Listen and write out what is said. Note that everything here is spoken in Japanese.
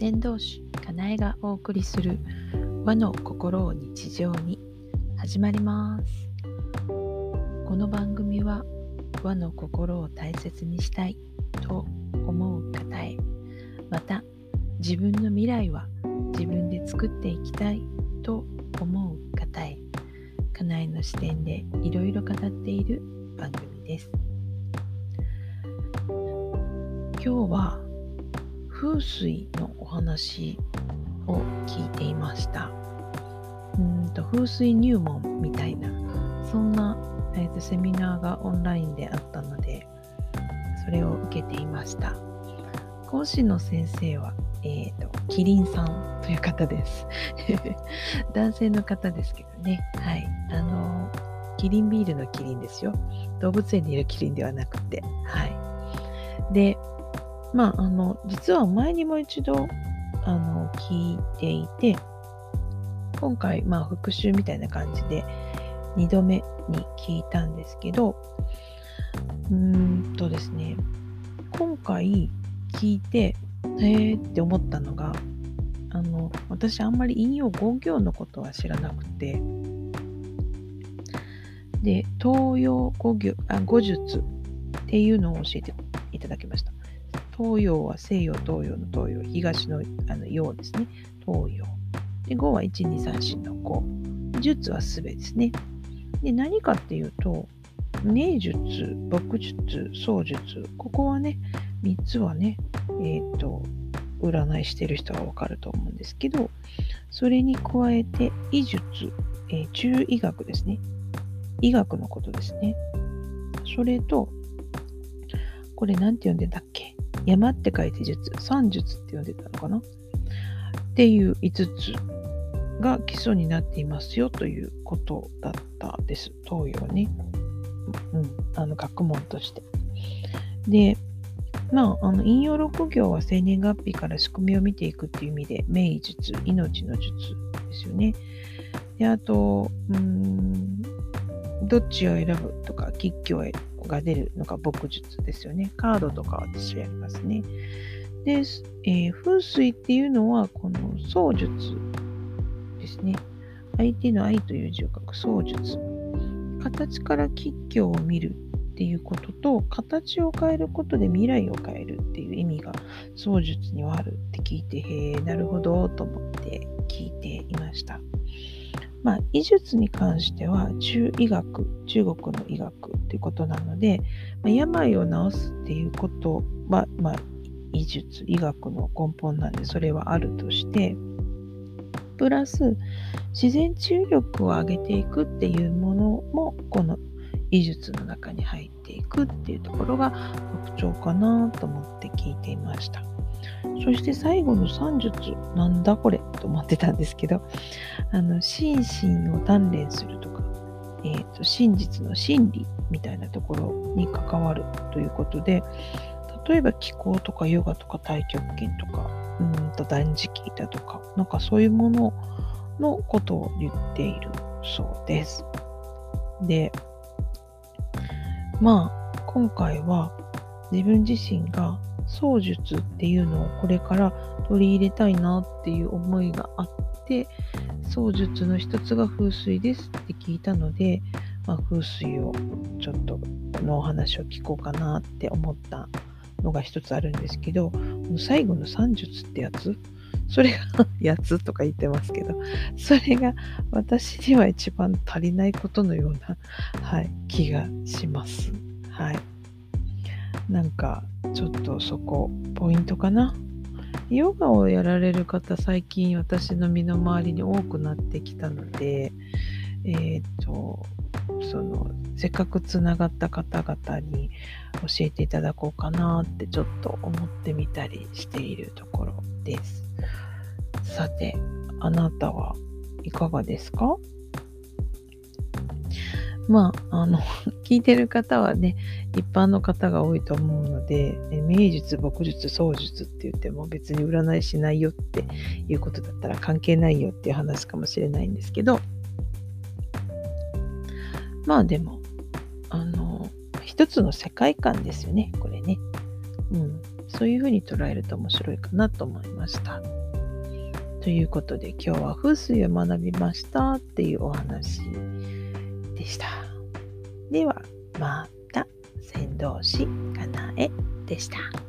伝道師かなえがお送りする和の心を日常に始まります。この番組は和の心を大切にしたいと思う方へ、また自分の未来は自分で作っていきたいと思う方へ、かなえの視点でいろいろ語っている番組です。今日は風水のお話を聞いていました。風水入門みたいなそんな、セミナーがオンラインであったので、それを受けていました。講師の先生は、キリンさんという方です男性の方ですけどね、はい、キリンビールのキリンですよ。動物園にいるキリンではなくて、はい。で、実は前にも一度聞いていて、今回復習みたいな感じで2度目に聞いたんですけど、ですね、今回聞いてって思ったのが、私あんまり引用語行のことは知らなくて、で東洋語術っていうのを教えていただきました。東洋は西洋、東洋の東洋、東の洋ですね。東洋。で、語は1、2、3、4の語。術はすべですね。で、何かっていうと、名術、墨術、槍術。ここはね、3つはね、占いしてる人はわかると思うんですけど、それに加えて、医術、中医学ですね。医学のことですね。それと、これなんて呼んでたっけ？山って書いて術、三術って呼んでたのかなっていう5つが基礎になっていますよということだったです。東洋はね。学問として。で、引用6行は生年月日から仕組みを見ていくっていう意味で、命術、命の術ですよね。で、あと、どっちを選ぶとか、吉凶が出るのが墨術ですよね。カードとか私やりますね。で、風水っていうのはこの槍術ですね。相手の愛という字を書く槍術。形から吉凶を見るっていうことと、形を変えることで未来を変えるっていう意味が槍術にはあるって聞いて、なるほどと思って聞いていました。医術に関しては中医学、中国の医学ということなので、病を治すっていうことは、医術、医学の根本なんで、それはあるとして、プラス自然治癒力を上げていくっていうものもこの医術の中に入っていくっていうところが特徴かなと思って聞いていました。そして最後の三術、なんだこれと思ってたんですけど、心身を鍛錬するとか、真実の真理みたいなところに関わるということで、例えば気功とかヨガとか太極拳とか、断食だとか、なんかそういうもののことを言っているそうです。で、今回は自分自身が槍術っていうのをこれから取り入れたいなっていう思いがあって、槍術の一つが風水ですって聞いたので、風水をちょっとこのお話を聞こうかなって思ったのが一つあるんですけど、最後の三術ってやつ、それがやつとか言ってますけど、それが私には一番足りないことのような、気がします。なんかちょっとそこポイントかな。ヨガをやられる方、最近私の身の回りに多くなってきたので、せっかくつながった方々に教えていただこうかなってちょっと思ってみたりしているところです。さて、あなたはいかがですか？聞いてる方はね、一般の方が多いと思うので、名術、墨術、槍術って言っても別に占いしないよっていうことだったら関係ないよっていう話かもしれないんですけど、でも、一つの世界観ですよね、これね。 そういうふうに捉えると面白いかなと思いました。ということで今日は風水を学びましたっていうお話でした。ではまた。先導師かなえでした。